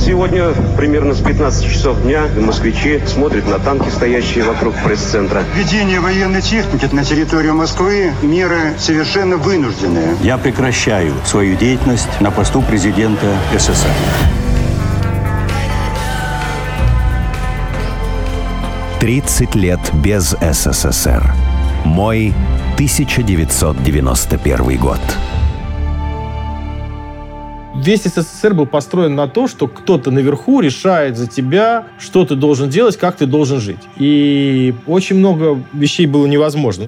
Сегодня примерно с 15 часов дня москвичи смотрят на танки, стоящие вокруг пресс-центра. Введение военной техники на территорию Москвы – меры совершенно вынужденные. Я прекращаю свою деятельность на посту президента СССР. «30 лет без СССР». Мой 1991 год. Весь СССР был построен на то, что кто-то наверху решает за тебя, что ты должен делать, как ты должен жить. И очень много вещей было невозможно.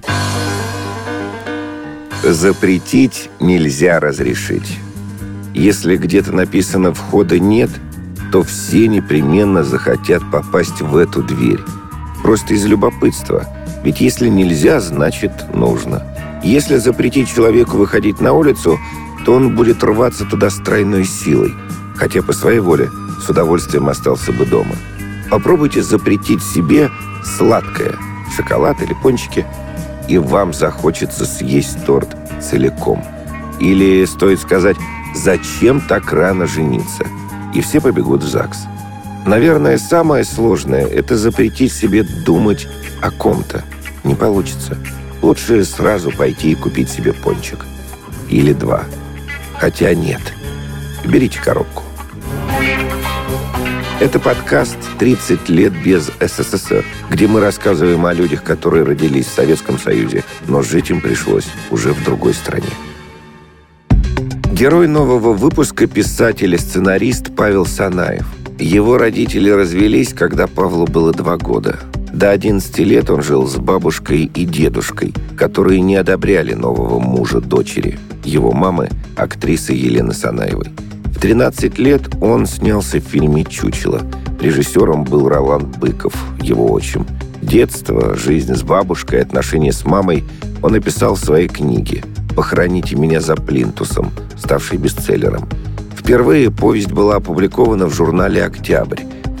Запретить нельзя разрешить. Если где-то написано «входа нет», то все непременно захотят попасть в эту дверь. Просто из любопытства. Ведь если нельзя, значит нужно. Если запретить человеку выходить на улицу, то он будет рваться туда с тройной силой, хотя по своей воле с удовольствием остался бы дома. Попробуйте запретить себе сладкое, шоколад или пончики, и вам захочется съесть торт целиком. Или стоит сказать «зачем так рано жениться?» и все побегут в ЗАГС. Наверное, самое сложное – это запретить себе думать о ком-то. Не получится. Лучше сразу пойти и купить себе пончик. Или два. Хотя нет. Берите коробку. Это подкаст «30 лет без СССР», где мы рассказываем о людях, которые родились в Советском Союзе, но жить им пришлось уже в другой стране. Герой нового выпуска – писатель и сценарист Павел Санаев. Его родители развелись, когда Павлу было 2 года. До 11 лет он жил с бабушкой и дедушкой, которые не одобряли нового мужа дочери, его мамы, актрисы Елены Санаевой. В 13 лет он снялся в фильме «Чучело». Режиссером был Роланд Быков, его отчим. Детство, жизнь с бабушкой, отношения с мамой он написал в своей книге «Похороните меня за плинтусом», ставшей бестселлером. Впервые повесть была опубликована в журнале «Октябрь» в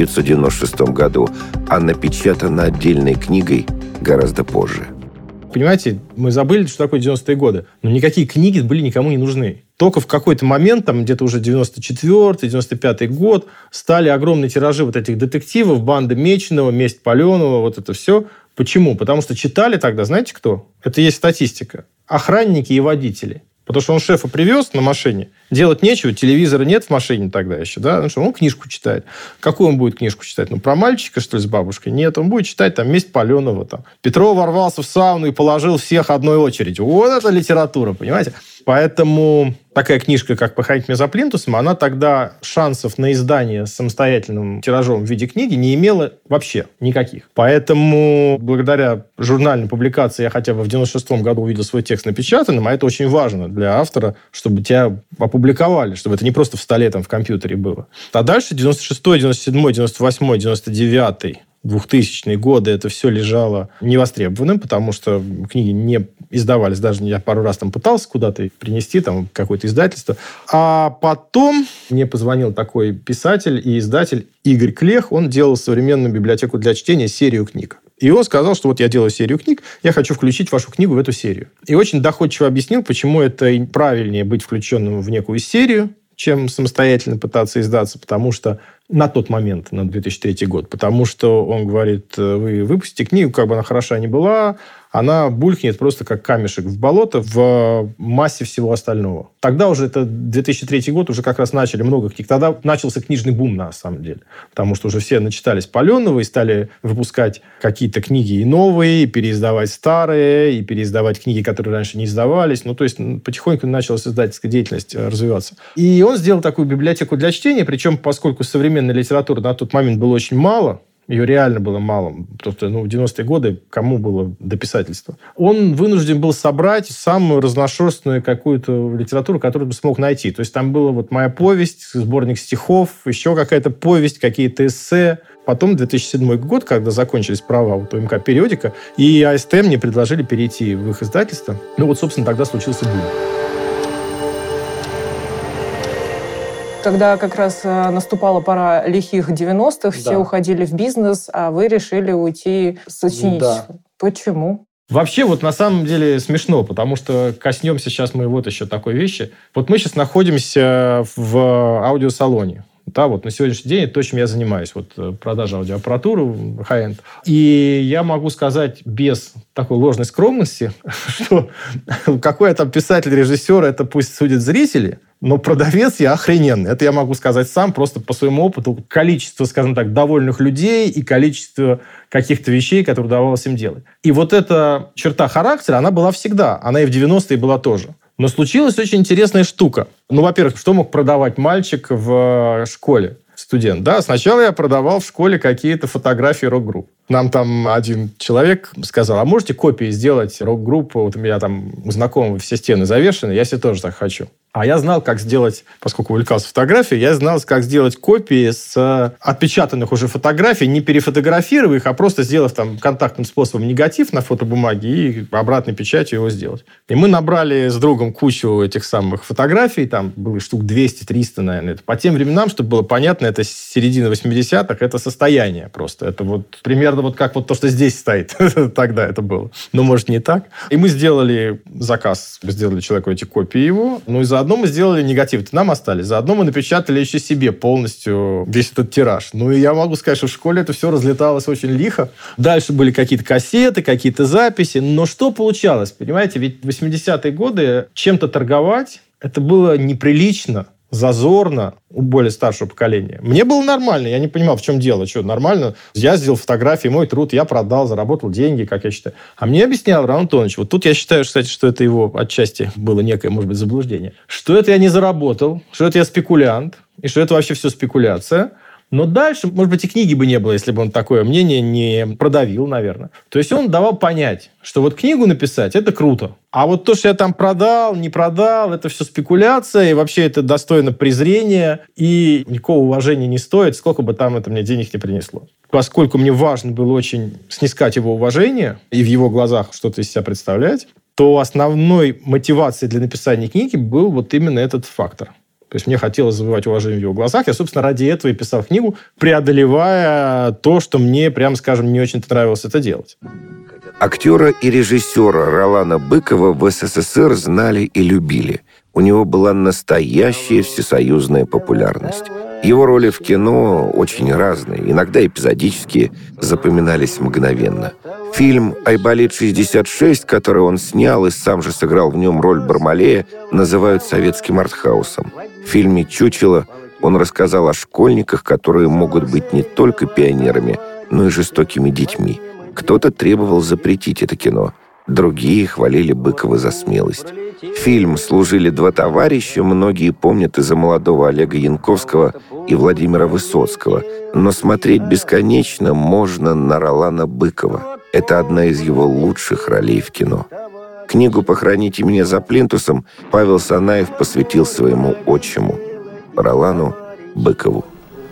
1996 году, а напечатана отдельной книгой гораздо позже. Понимаете, мы забыли, что такое 90-е годы. Но никакие книги были никому не нужны. Только в какой-то момент, там где-то уже 94-й, 95-й год, стали огромные тиражи вот этих детективов, «Банда Меченого», «Месть Паленова», вот это все. Почему? Потому что читали тогда, знаете кто? Это есть статистика. Охранники и водители. Потому что он шефа привез на машине, делать нечего, телевизора нет в машине тогда еще, да, он книжку читает. Какую он будет книжку читать? Ну, про мальчика, что ли, с бабушкой? Нет, он будет читать там «Месть Паленова». Там. Петров ворвался в сауну и положил всех одной очередью. Вот это литература, понимаете? Поэтому такая книжка, как «Похоронить меня за плинтусом», она тогда шансов на издание самостоятельным тиражом в виде книги не имела вообще никаких. Поэтому благодаря журнальной публикации я хотя бы в 96-м году увидел свой текст напечатанным, а это очень важно для автора, чтобы тебя опубликовали, чтобы это не просто в столе там в компьютере было. А дальше 96-й, 97-й, 98-й, 99-й, 2000-е годы это все лежало невостребованным, потому что книги не издавались. Даже я пару раз там пытался куда-то принести, там какое-то издательство. А потом мне позвонил такой писатель и издатель Игорь Клех. Он делал современную библиотеку для чтения, серию книг. И он сказал, что вот я делаю серию книг, я хочу включить вашу книгу в эту серию. И очень доходчиво объяснил, почему это правильнее быть включенным в некую серию, чем самостоятельно пытаться издаться, потому что на тот момент, на 2003 год, потому что он говорит, вы выпустите книгу, как бы она хороша ни была, она булькнет просто как камешек в болото в массе всего остального. Тогда уже, это 2003 год, уже как раз начали много книг. Тогда начался книжный бум, на самом деле. Потому что уже все начитались Паленова и стали выпускать какие-то книги и новые, и переиздавать старые, и переиздавать книги, которые раньше не издавались. Ну, то есть, потихоньку началась издательская деятельность развиваться. И он сделал такую библиотеку для чтения, причем, поскольку современной литературы на тот момент было очень мало, ее реально было мало. Потому что в 90-е годы кому было до писательства? Он вынужден был собрать самую разношерстную какую-то литературу, которую бы смог найти. То есть там была вот моя повесть, сборник стихов, еще какая-то повесть, какие-то эссе. Потом 2007 год, когда закончились права вот УМК «Периодика», и АСТ мне предложили перейти в их издательство. Ну вот, собственно, тогда случился бум. Когда как раз наступала пора лихих 90-х, все уходили в бизнес, а вы решили уйти сочинительством. Да. Почему? Вообще, вот на самом деле смешно, потому что коснемся сейчас мы вот еще такой вещи. Вот мы сейчас находимся в аудиосалоне. Да, вот на сегодняшний день это то, чем я занимаюсь. Вот продажа аудиоаппаратуры, high-end. И я могу сказать без такой ложной скромности, что какой я там писатель, режиссер, это пусть судят зрители, но продавец я охрененный. Это я могу сказать сам, просто по своему опыту. Количество, скажем так, довольных людей и количество каких-то вещей, которые удавалось им делать. И вот эта черта характера, она была всегда. Она и в 90-е была тоже. Но случилась очень интересная штука. Ну, во-первых, что мог продавать мальчик в школе? Студент, да? Сначала я продавал в школе какие-то фотографии рок-групп. Нам там один человек сказал, а можете копии сделать рок-группу? Вот у меня там у знакомого все стены завешены, я себе тоже так хочу. А я знал, как сделать, поскольку увлекался фотографией, я знал, как сделать копии с отпечатанных уже фотографий, не перефотографировав их, а просто сделав там контактным способом негатив на фотобумаге и обратной печатью его сделать. И мы набрали с другом кучу этих самых фотографий, там было штук 200-300, наверное. Это по тем временам, чтобы было понятно, это середина 80-х, это состояние просто. Это вот примерно вот как вот то, что здесь стоит. Тогда это было. Но, может, не так. И мы сделали заказ, сделали человеку эти копии его, ну и заодно мы сделали негатив, нам остались. Заодно мы напечатали еще себе полностью весь этот тираж. Ну и я могу сказать, что в школе это все разлеталось очень лихо. Дальше были какие-то кассеты, какие-то записи. Но что получалось? Понимаете, ведь в 80-е годы чем-то торговать, это было неприлично, зазорно у более старшего поколения. Мне было нормально, я не понимал, в чем дело. Что, нормально? Я сделал фотографии, мой труд, я продал, заработал деньги, как я считаю. А мне объяснял Роман Антонович, вот тут я считаю, кстати, что это его отчасти было некое, может быть, заблуждение, что это я не заработал, что это я спекулянт, и что это вообще все спекуляция. Но дальше, может быть, и книги бы не было, если бы он такое мнение не продавил, наверное. То есть он давал понять, что вот книгу написать – это круто. А вот то, что я там продал, не продал, это все спекуляция, и вообще это достойно презрения, и никакого уважения не стоит, сколько бы там это мне денег не принесло. Поскольку мне важно было очень снискать его уважение и в его глазах что-то из себя представлять, то основной мотивацией для написания книги был вот именно этот фактор. То есть мне хотелось завоевать уважение в его глазах. Я, собственно, ради этого и писал книгу, преодолевая то, что мне, прямо скажем, не очень нравилось это делать. Актера и режиссера Ролана Быкова в СССР знали и любили. У него была настоящая всесоюзная популярность. Его роли в кино очень разные, иногда эпизодические, запоминались мгновенно. Фильм «Айболит-66», который он снял и сам же сыграл в нем роль Бармалея, называют советским артхаусом. В фильме «Чучело» он рассказал о школьниках, которые могут быть не только пионерами, но и жестокими детьми. Кто-то требовал запретить это кино, другие хвалили Быкова за смелость. Фильм «Служили два товарища» многие помнят из-за молодого Олега Янковского и Владимира Высоцкого, но смотреть бесконечно можно на Ролана Быкова. Это одна из его лучших ролей в кино. Книгу «Похороните меня за плинтусом» Павел Санаев посвятил своему отчиму, Ролану Быкову.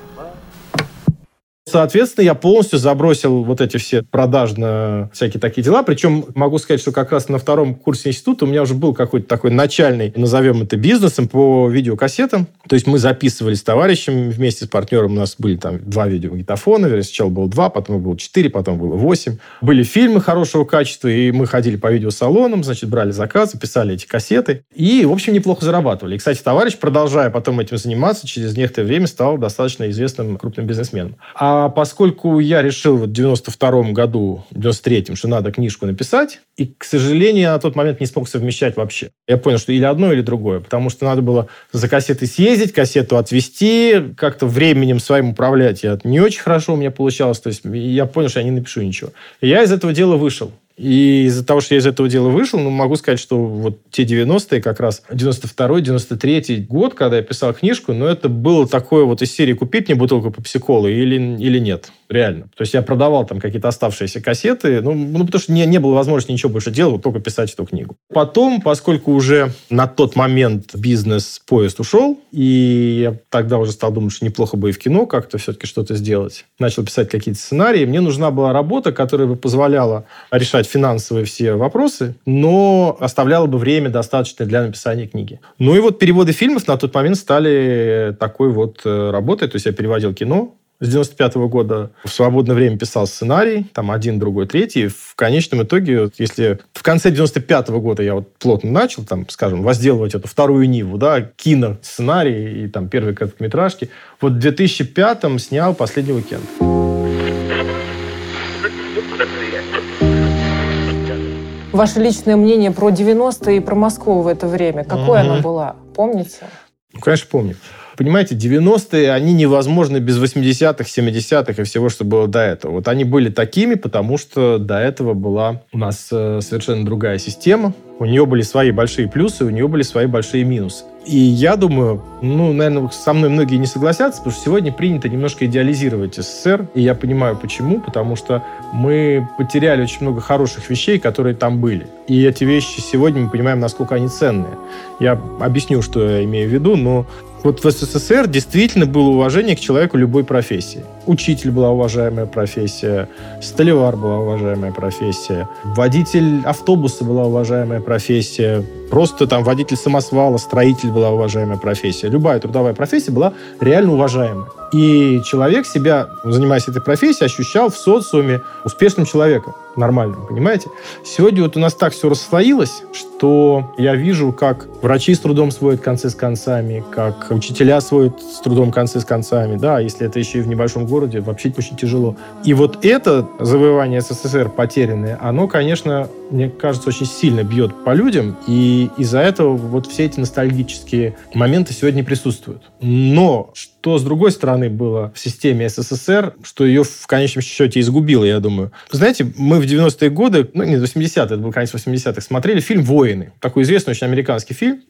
Соответственно, я полностью забросил вот эти все продажные всякие такие дела. Причем могу сказать, что как раз на втором курсе института у меня уже был какой-то такой начальный, назовем это бизнесом, по видеокассетам. То есть мы записывали с товарищем вместе с партнером. У нас были там 2 видеомагнитофона. Сначала было 2, потом их было 4, потом было 8. Были фильмы хорошего качества, и мы ходили по видеосалонам, значит, брали заказы, писали эти кассеты. И, в общем, неплохо зарабатывали. И, кстати, товарищ, продолжая потом этим заниматься, через некоторое время стал достаточно известным крупным бизнесменом. А поскольку я решил в 92-м году, в 93-м, что надо книжку написать, и, к сожалению, я на тот момент не смог совмещать вообще. Я понял, что или одно, или другое, потому что надо было за кассетой съездить, кассету отвезти, как-то временем своим управлять. Не очень хорошо у меня получалось, то есть я понял, что я не напишу ничего. И я из этого дела вышел. И из-за того, что я из этого дела вышел, могу сказать, что вот те 90-е, как раз 92-й, 93-й год, когда я писал книжку, это было такое вот из серии «Купить мне бутылку пепси-колы» или нет. Реально. То есть я продавал там какие-то оставшиеся кассеты, потому что не было возможности ничего больше делать, вот только писать эту книгу. Потом, поскольку уже на тот момент бизнес-поезд ушел, и я тогда уже стал думать, что неплохо бы и в кино как-то все-таки что-то сделать, начал писать какие-то сценарии, мне нужна была работа, которая бы позволяла решать финансовые все вопросы, но оставляла бы время достаточное для написания книги. И вот переводы фильмов на тот момент стали такой вот работой, то есть я переводил кино, С 95-го года в свободное время писал сценарий, там один, другой, третий. В конечном итоге, если в конце 95-го года я вот плотно начал, там, скажем, возделывать эту вторую ниву, да, киносценарий и там первые короткометражки, вот в 2005-м снял «Последний уикенд». Ваше личное мнение про 90-е и про Москву в это время, какое оно было? Помните? Ну, конечно, помню. Понимаете, 90-е, они невозможны без 80-х, 70-х и всего, что было до этого. Вот они были такими, потому что до этого была у нас совершенно другая система. У нее были свои большие плюсы, у нее были свои большие минусы. И я думаю, наверное, со мной многие не согласятся, потому что сегодня принято немножко идеализировать СССР. И я понимаю, почему. Потому что мы потеряли очень много хороших вещей, которые там были. И эти вещи сегодня мы понимаем, насколько они ценные. Я объясню, что я имею в виду, но вот в СССР действительно было уважение к человеку любой профессии. Учитель была уважаемая профессия, столевар была уважаемая профессия, водитель автобуса была уважаемая профессия, просто там водитель самосвала, строитель была уважаемая профессия. Любая трудовая профессия была реально уважаемая. И человек себя, занимаясь этой профессией, ощущал в социуме успешным человеком, нормальным, понимаете? Сегодня вот у нас так все расслоилось, что я вижу, как врачи с трудом сводят концы с концами, как учителя сводят с трудом концы с концами, да, если это еще и в небольшом городе, вообще очень тяжело. И вот это завоевание СССР потерянное, оно, конечно, мне кажется, очень сильно бьет по людям, и из-за этого вот все эти ностальгические моменты сегодня присутствуют. Но что, с другой стороны, было в системе СССР, что ее в конечном счете изгубило, я думаю. Знаете, мы в 90-е годы, не 80-е, это был конец 80-х, смотрели фильм «Воины». Такой известный очень американский фильм.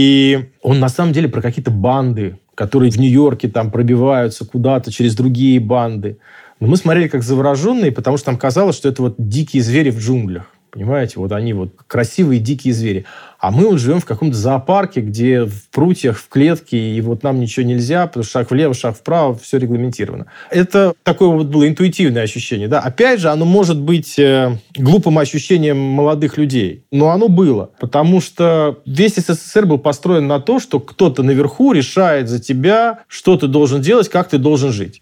И он на самом деле про какие-то банды, которые в Нью-Йорке там пробиваются куда-то через другие банды. Но мы смотрели как завороженные, потому что нам казалось, что это вот дикие звери в джунглях. Понимаете, вот они вот красивые дикие звери. А мы вот живем в каком-то зоопарке, где в прутьях, в клетке, и вот нам ничего нельзя, потому что шаг влево, шаг вправо, все регламентировано. Это такое вот было интуитивное ощущение. Да? Опять же, оно может быть глупым ощущением молодых людей, но оно было. Потому что весь СССР был построен на то, что кто-то наверху решает за тебя, что ты должен делать, как ты должен жить.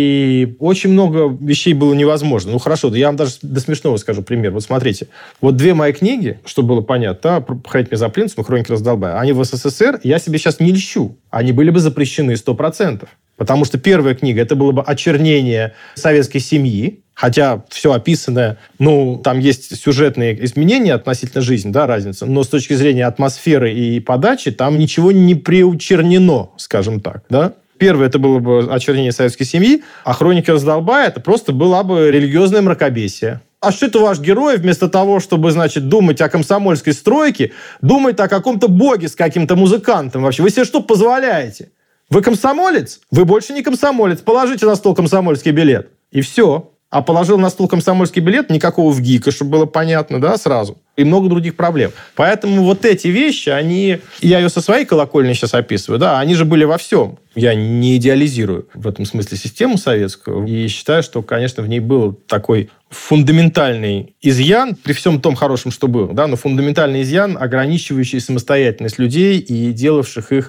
И очень много вещей было невозможно. Ну, хорошо, я вам даже до смешного скажу пример. Вот смотрите, вот две мои книги, чтобы было понятно, да, «Проходить за принципом» и «Хроники раздолбая», они в СССР, я себе сейчас не льщу. Они были бы запрещены 100%. Потому что первая книга, это было бы очернение советской семьи, хотя все описанное, там есть сюжетные изменения относительно жизни, да, разница, но с точки зрения атмосферы и подачи там ничего не приучернено, скажем так, да. Первое, это было бы очернение советской семьи, а «Хроники раздолбая» это просто была бы религиозное мракобесие. А что это ваш герой, вместо того, чтобы, думать о комсомольской стройке, думает о каком-то боге с каким-то музыкантом вообще? Вы себе что позволяете? Вы комсомолец? Вы больше не комсомолец. Положите на стол комсомольский билет. И все. А положил на стол комсомольский билет, никакого ВГИКа, чтобы было понятно, да, сразу. И много других проблем. Поэтому вот эти вещи, они... Я ее со своей колокольни сейчас описываю, да, они же были во всем. Я не идеализирую в этом смысле систему советскую. И считаю, что, конечно, в ней был такой фундаментальный изъян, при всем том хорошем, что был, да, но фундаментальный изъян, ограничивающий самостоятельность людей и делавших их,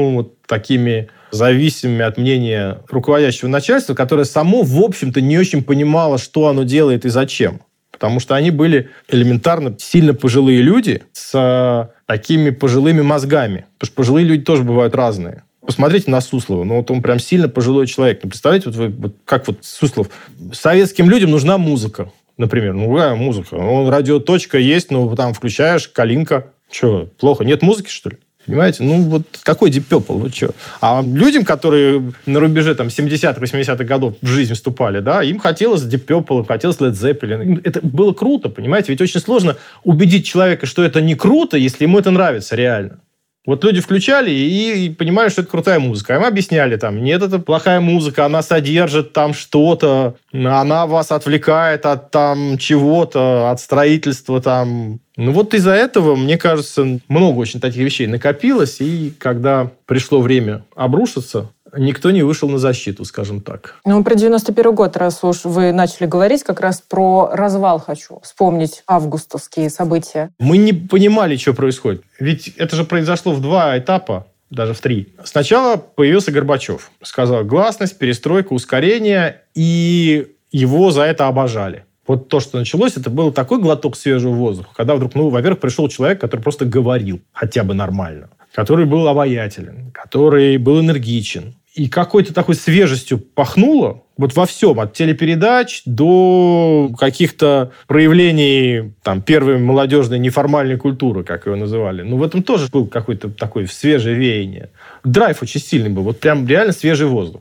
такими зависимыми от мнения руководящего начальства, которое само, в общем-то, не очень понимало, что оно делает и зачем. Потому что они были элементарно сильно пожилые люди с такими пожилыми мозгами. Потому что пожилые люди тоже бывают разные. Посмотрите на Суслова. Он прям сильно пожилой человек. Представляете, как Суслов. Советским людям нужна музыка. Например, какая музыка? Радиоточка есть, там включаешь, калинка. Что, плохо? Нет музыки, что ли? Понимаете? Какой Deep Purple? Что? А людям, которые на рубеже 70-х, 80-х годов в жизнь вступали, да, им хотелось Deep Purple, им хотелось Led Zeppelin. Это было круто, понимаете? Ведь очень сложно убедить человека, что это не круто, если ему это нравится реально. Вот люди включали и понимали, что это крутая музыка. А им объясняли, нет, это плохая музыка, она содержит там что-то, она вас отвлекает от чего-то, от строительства там. Из-за этого, мне кажется, много очень таких вещей накопилось, и когда пришло время обрушиться, никто не вышел на защиту, скажем так. Про 91 год, раз уж вы начали говорить, как раз про развал хочу вспомнить августовские события. Мы не понимали, что происходит. Ведь это же произошло в два этапа. даже в 3. Сначала появился Горбачев. Сказал: гласность, перестройка, ускорение, и его за это обожали. Вот то, что началось, это был такой глоток свежего воздуха, когда вдруг, во-первых, пришел человек, который просто говорил хотя бы нормально, который был обаятелен, который был энергичен. И какой-то такой свежестью пахнуло вот во всем, от телепередач до каких-то проявлений первой молодежной неформальной культуры, как ее называли. В этом тоже был какой-то такой свежее веяние. Драйв очень сильный был, вот прям реально свежий воздух.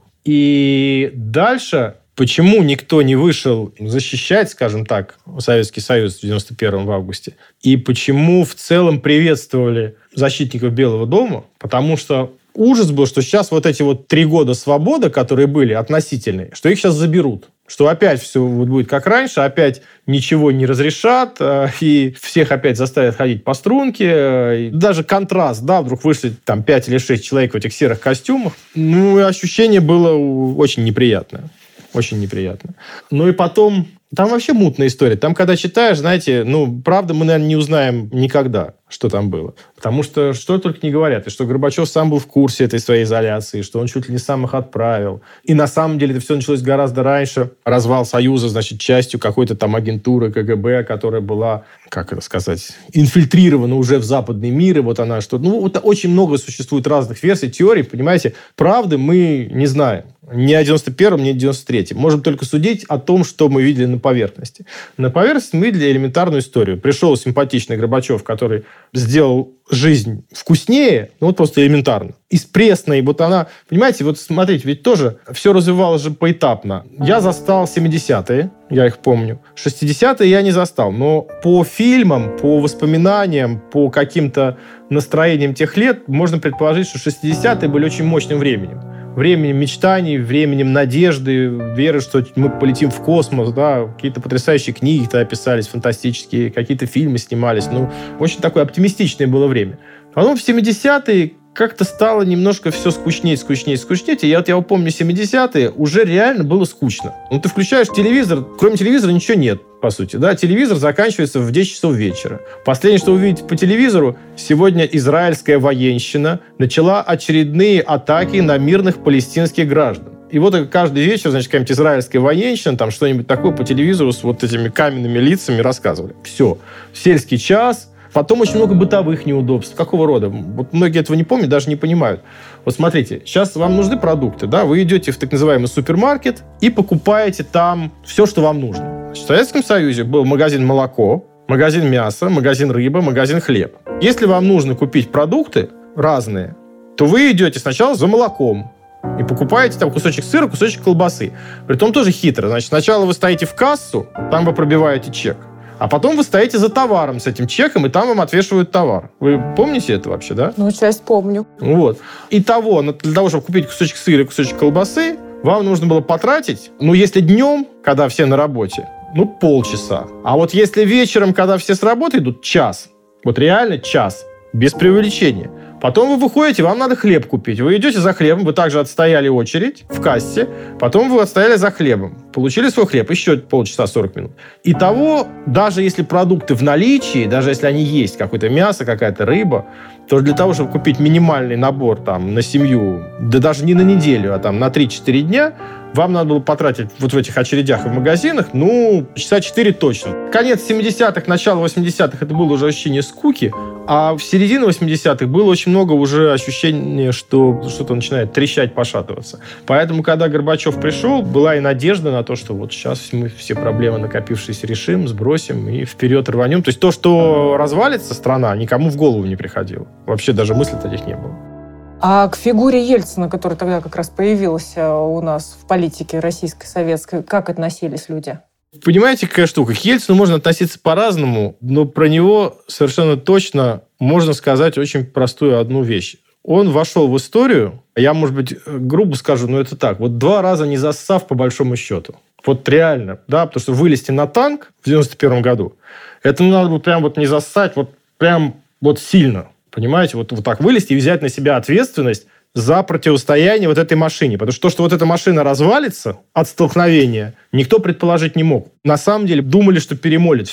И дальше... Почему никто не вышел защищать, скажем так, Советский Союз в 91 в августе? И почему в целом приветствовали защитников Белого дома? Потому что ужас был, что сейчас вот эти 3 года свободы, которые были относительные, что их сейчас заберут. Что опять все будет как раньше, опять ничего не разрешат, и всех опять заставят ходить по струнке. И даже контраст, вдруг вышли 5 или 6 человек в этих серых костюмах. Ощущение было очень неприятное. Очень неприятно. И потом... Там вообще мутная история. Там, когда читаешь, знаете, правда, мы, наверное, не узнаем никогда, что там было. Потому что только не говорят. И что Горбачев сам был в курсе этой своей изоляции, что он чуть ли не сам их отправил. И на самом деле это все началось гораздо раньше. Развал Союза, значит, частью какой-то агентуры КГБ, которая была, как это сказать, инфильтрирована уже в западный мир. И вот она что-то... очень много существует разных версий, теорий, понимаете. Правды мы не знаем. Ни о 91-м, ни о 93-м. Можем только судить о том, что мы видели на поверхности. На поверхности мы видели элементарную историю. Пришел симпатичный Горбачев, который сделал жизнь вкуснее, просто элементарно. Из пресной, она... Понимаете, смотрите, ведь тоже все развивалось же поэтапно. Я застал 70-е, я их помню. 60-е я не застал. Но по фильмам, по воспоминаниям, по каким-то настроениям тех лет можно предположить, что 60-е были очень мощным временем. Временем мечтаний, временем надежды, веры, что мы полетим в космос, какие-то потрясающие книги писались, фантастические, какие-то фильмы снимались. Очень такое оптимистичное было время. Потом в 70-е как-то стало немножко все скучнее. И я помню, 70-е уже реально было скучно. Ты включаешь телевизор, кроме телевизора ничего нет, по сути. Телевизор заканчивается в 10 часов вечера. Последнее, что вы видите по телевизору, сегодня израильская военщина начала очередные атаки на мирных палестинских граждан. И каждый вечер, какая-нибудь израильская военщина, что-нибудь такое по телевизору с этими каменными лицами рассказывали. Все. Сельский час. Потом очень много бытовых неудобств. Какого рода? Многие этого не помнят, даже не понимают. Смотрите, сейчас вам нужны продукты, вы идете в так называемый супермаркет и покупаете там все, что вам нужно. В Советском Союзе был магазин молоко, магазин мяса, магазин рыба, магазин хлеб. Если вам нужно купить продукты разные, то вы идете сначала за молоком и покупаете там кусочек сыра, кусочек колбасы. Притом тоже хитро. Сначала вы стоите в кассу, там вы пробиваете чек. А потом вы стоите за товаром с этим чеком, и там вам отвешивают товар. Вы помните это вообще, да? Часть помню. Итого, для того, чтобы купить кусочек сыра и кусочек колбасы, вам нужно было потратить, если днем, когда все на работе, полчаса. А если вечером, когда все с работы идут, час. Реально час. Без преувеличения. Потом вы выходите, вам надо хлеб купить. Вы идете за хлебом, вы также отстояли очередь в кассе, потом вы отстояли за хлебом. Получили свой хлеб, еще полчаса, 40 минут. Итого, даже если продукты в наличии, даже если они есть, какое-то мясо, какая-то рыба, то для того, чтобы купить минимальный набор на семью, да даже не на неделю, а на 3-4 дня, вам надо было потратить в этих очередях и в магазинах, часа 4 точно. Конец 70-х, начало 80-х, это было уже ощущение скуки, а в середине 80-х было очень много уже ощущения, что что-то начинает трещать, пошатываться. Поэтому, когда Горбачев пришел, была и надежда на то, что сейчас мы все проблемы накопившиеся решим, сбросим и вперед рванем. То есть то, что развалится страна, никому в голову не приходило. Вообще даже мыслей таких не было. А к фигуре Ельцина, который тогда как раз появился у нас в политике российской, советской, как относились люди? Понимаете, какая штука? К Ельцину можно относиться по-разному, но про него совершенно точно можно сказать очень простую одну вещь. Он вошел в историю, я, может быть, грубо скажу, но это так, 2 раза не зассав по большому счету. Реально, потому что вылезти на танк в 91 году, это надо было прям не зассать, прям сильно. Понимаете, вот так вылезти и взять на себя ответственность за противостояние этой машине. Потому что что эта машина развалится от столкновения, никто предположить не мог. На самом деле думали, что перемолит все это.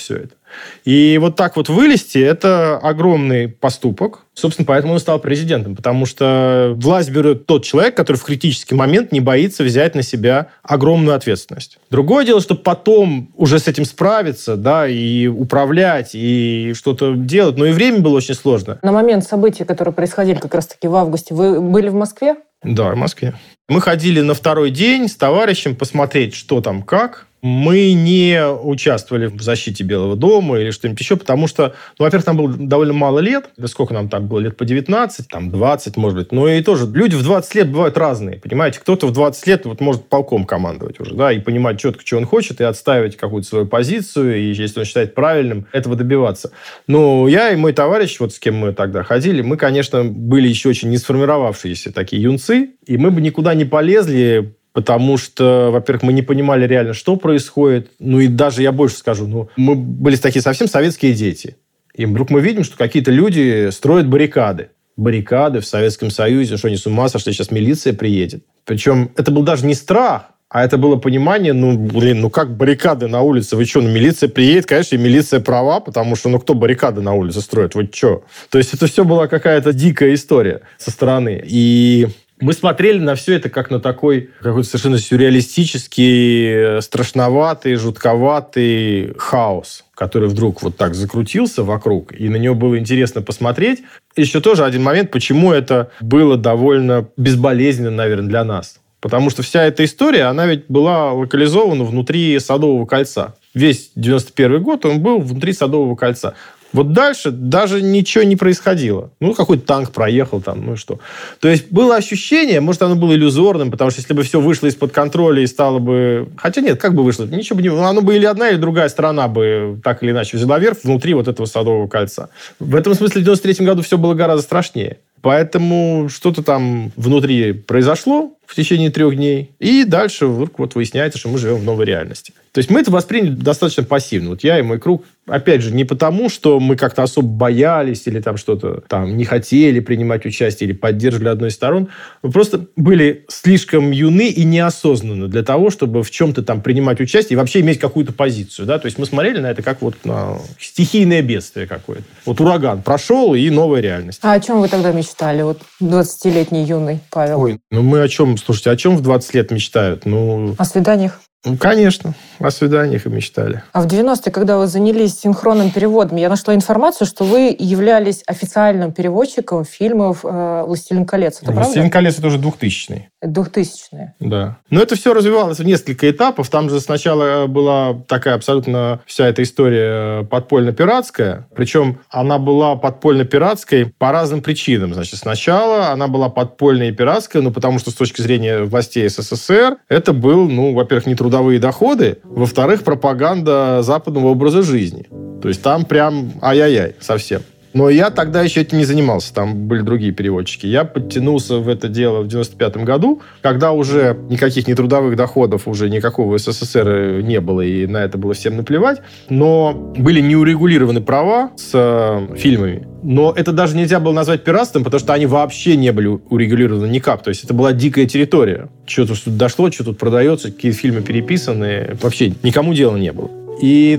И вот так вот вылезти – это огромный поступок. Собственно, поэтому он стал президентом, потому что власть берет тот человек, который в критический момент не боится взять на себя огромную ответственность. Другое дело, что потом уже с этим справиться, да, и управлять, и что-то делать. Но и время было очень сложно. На момент событий, которые происходили как раз-таки в августе, вы были в Москве? Да, в Москве. Мы ходили на второй день с товарищем посмотреть, что там как. Мы не участвовали в защите Белого дома или что-нибудь еще, потому что, ну, во-первых, там было довольно мало лет. Да сколько нам там было? Лет по 19, там 20, может быть. Но и тоже люди в 20 лет бывают разные, понимаете? Кто-то в 20 лет вот может полком командовать уже, да, и понимать четко, что он хочет, и отстаивать какую-то свою позицию, и если он считает правильным, этого добиваться. Но я и мой товарищ, вот с кем мы тогда ходили, мы, конечно, были еще очень не сформировавшиеся такие юнцы, и мы бы никуда не полезли, потому что, во-первых, мы не понимали реально, что происходит. Ну и даже, я больше скажу, мы были такие совсем советские дети. И вдруг мы видим, что какие-то люди строят баррикады. Баррикады в Советском Союзе. Что, они с ума сошли, сейчас милиция приедет. Причем это был даже не страх, а это было понимание, как баррикады на улице? Вы что, милиция приедет? Конечно, и милиция права, потому что, кто баррикады на улице строит? Вы что? То есть это все была какая-то дикая история со стороны. И мы смотрели на все это как на такой какой-то совершенно сюрреалистический, страшноватый, жутковатый хаос, который вдруг вот так закрутился вокруг, и на него было интересно посмотреть. Еще тоже один момент, почему это было довольно безболезненно, наверное, для нас. Потому что вся эта история, она ведь была локализована внутри Садового кольца. Весь 91 год он был внутри Садового кольца. Вот дальше даже ничего не происходило. Какой-то танк проехал там, и что. То есть было ощущение, может, оно было иллюзорным, потому что если бы все вышло из-под контроля и стало бы... Хотя нет, как бы вышло? Ничего бы не... Оно бы или одна, или другая сторона бы так или иначе взяла верх внутри вот этого Садового кольца. В этом смысле в 93 году все было гораздо страшнее. Поэтому что-то там внутри произошло в течение 3 дней, и дальше вдруг вот выясняется, что мы живем в новой реальности. То есть мы это восприняли достаточно пассивно. Вот я и мой круг, опять же, не потому, что мы как-то особо боялись или там что-то там не хотели принимать участие или поддерживали одной из сторон. Мы просто были слишком юны и неосознанны для того, чтобы в чем-то там принимать участие и вообще иметь какую-то позицию. Да? То есть мы смотрели на это как вот на стихийное бедствие какое-то. Вот ураган прошел, и новая реальность. А о чем вы тогда мечтали, вот 20-летний юный Павел? Ой, мы о чем, слушайте, о чем в 20 лет мечтают? О свиданиях? Конечно, о свиданиях и мечтали. А в 90-е, когда вы занялись синхронным переводом, я нашла информацию, что вы являлись официальным переводчиком фильмов «Властелин колец». Это правда? «Властелин колец» — это уже 2000-е. 2000-е. Да. Но это все развивалось в несколько этапов. Там же сначала была такая абсолютно вся эта история подпольно-пиратская. Причем она была подпольно-пиратской по разным причинам. Значит, сначала она была подпольной и пиратской, потому что с точки зрения властей СССР это был, во-первых, не трудовые доходы, во-вторых, пропаганда западного образа жизни. То есть там прям ай-яй-яй совсем. Но я тогда еще этим не занимался, там были другие переводчики. Я подтянулся в это дело в 95 году, когда уже никаких нетрудовых доходов, уже никакого СССР не было, и на это было всем наплевать. Но были неурегулированы права с фильмами. Но это даже нельзя было назвать пиратством, потому что они вообще не были урегулированы никак. То есть это была дикая территория. Что-то тут дошло, что тут продается, какие фильмы переписаны. Вообще никому дела не было. И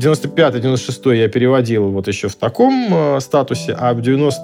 95-96 я переводил вот еще в таком статусе, а в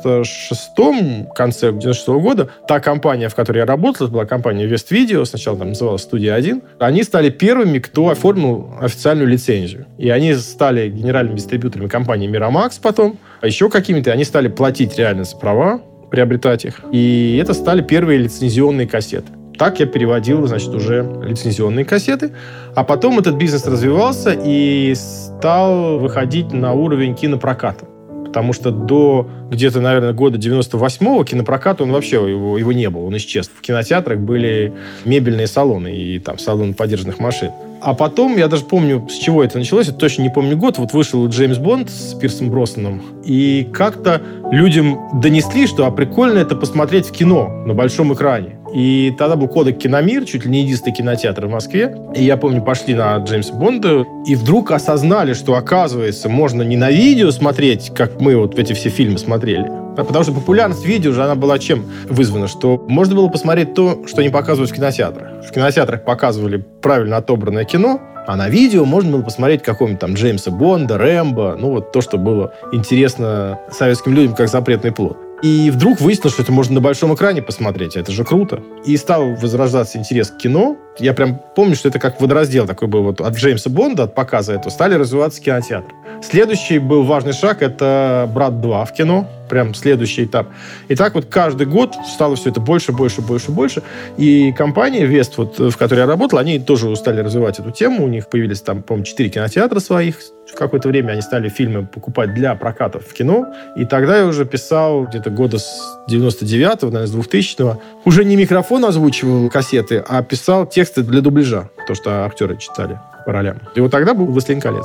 96-м, конце 96-го года, та компания, в которой я работал, это была компания Вествидео, сначала там называлась «Студия 1», они стали первыми, кто оформил официальную лицензию. И они стали генеральными дистрибьюторами компании «Мирамакс» потом, а еще какими-то, они стали платить реально за права, приобретать их. И это стали первые лицензионные кассеты. Так я переводил, значит, уже лицензионные кассеты. А потом этот бизнес развивался и стал выходить на уровень кинопроката. Потому что до где-то, наверное, года 98-го кинопроката он вообще, его не было, он исчез. В кинотеатрах были мебельные салоны и там салоны подержанных машин. А потом, я даже помню, с чего это началось, я точно не помню год, вот вышел Джеймс Бонд с Пирсом Броснаном, и как-то людям донесли, что прикольно это посмотреть в кино на большом экране. И тогда был кодек «Киномир», чуть ли не единственный кинотеатр в Москве. И я помню, пошли на Джеймса Бонда, и вдруг осознали, что, оказывается, можно не на видео смотреть, как мы вот эти все фильмы смотрели, Потому что популярность видео же, она была чем вызвана? Что можно было посмотреть то, что не показывают в кинотеатрах. В кинотеатрах показывали правильно отобранное кино, а на видео можно было посмотреть какого-нибудь там Джеймса Бонда, Рэмбо, ну вот то, что было интересно советским людям, как запретный плод. И вдруг выяснилось, что это можно на большом экране посмотреть. Это же круто. И стал возрождаться интерес к кино. Я прям помню, что это как водораздел такой был. Вот от Джеймса Бонда, от показа этого, стали развиваться кинотеатры. Следующий был важный шаг — это «Брат 2» в кино. Прям следующий этап. И так вот каждый год стало все это больше, больше, больше, больше. И компания Вест, вот, в которой я работал, они тоже стали развивать эту тему. У них появились там, по-моему, 4 кинотеатра своих. В какое-то время они стали фильмы покупать для прокатов в кино. И тогда я уже писал где-то года с 99-го, наверное, с 2000-го. Уже не микрофон озвучивал кассеты, а писал тексты для дубляжа. То, что актеры читали по ролям. И вот тогда был «Властелин колец».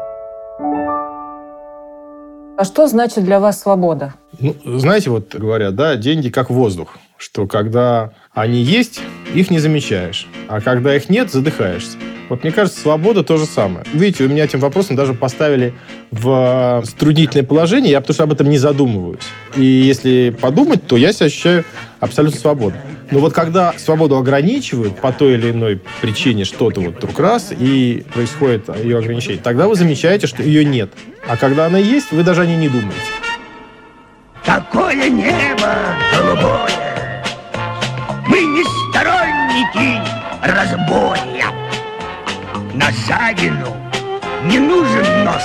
А что значит для вас свобода? Ну, знаете, вот говорят, да, деньги как воздух. Что когда они есть, их не замечаешь. А когда их нет, задыхаешься. Вот мне кажется, свобода то же самое. Видите, у меня этим вопросом даже поставили в затруднительное положение, я потому что об этом не задумываюсь. И если подумать, то я себя ощущаю абсолютно свободно. Но вот когда свободу ограничивают по той или иной причине что-то вот вдруг раз, и происходит ее ограничение, тогда вы замечаете, что ее нет. А когда она есть, вы даже о ней не думаете. Такое небо голубое. Мы не сторонники разбоя. Насадину не нужен нос.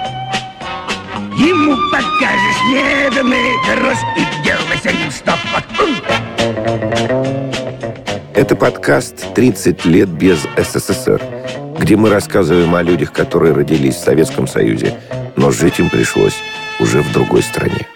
Ему покажешь неведомый рост и делай с ним стоп. Это подкаст «30 лет без СССР», где мы рассказываем о людях, которые родились в Советском Союзе, но жить им пришлось уже в другой стране.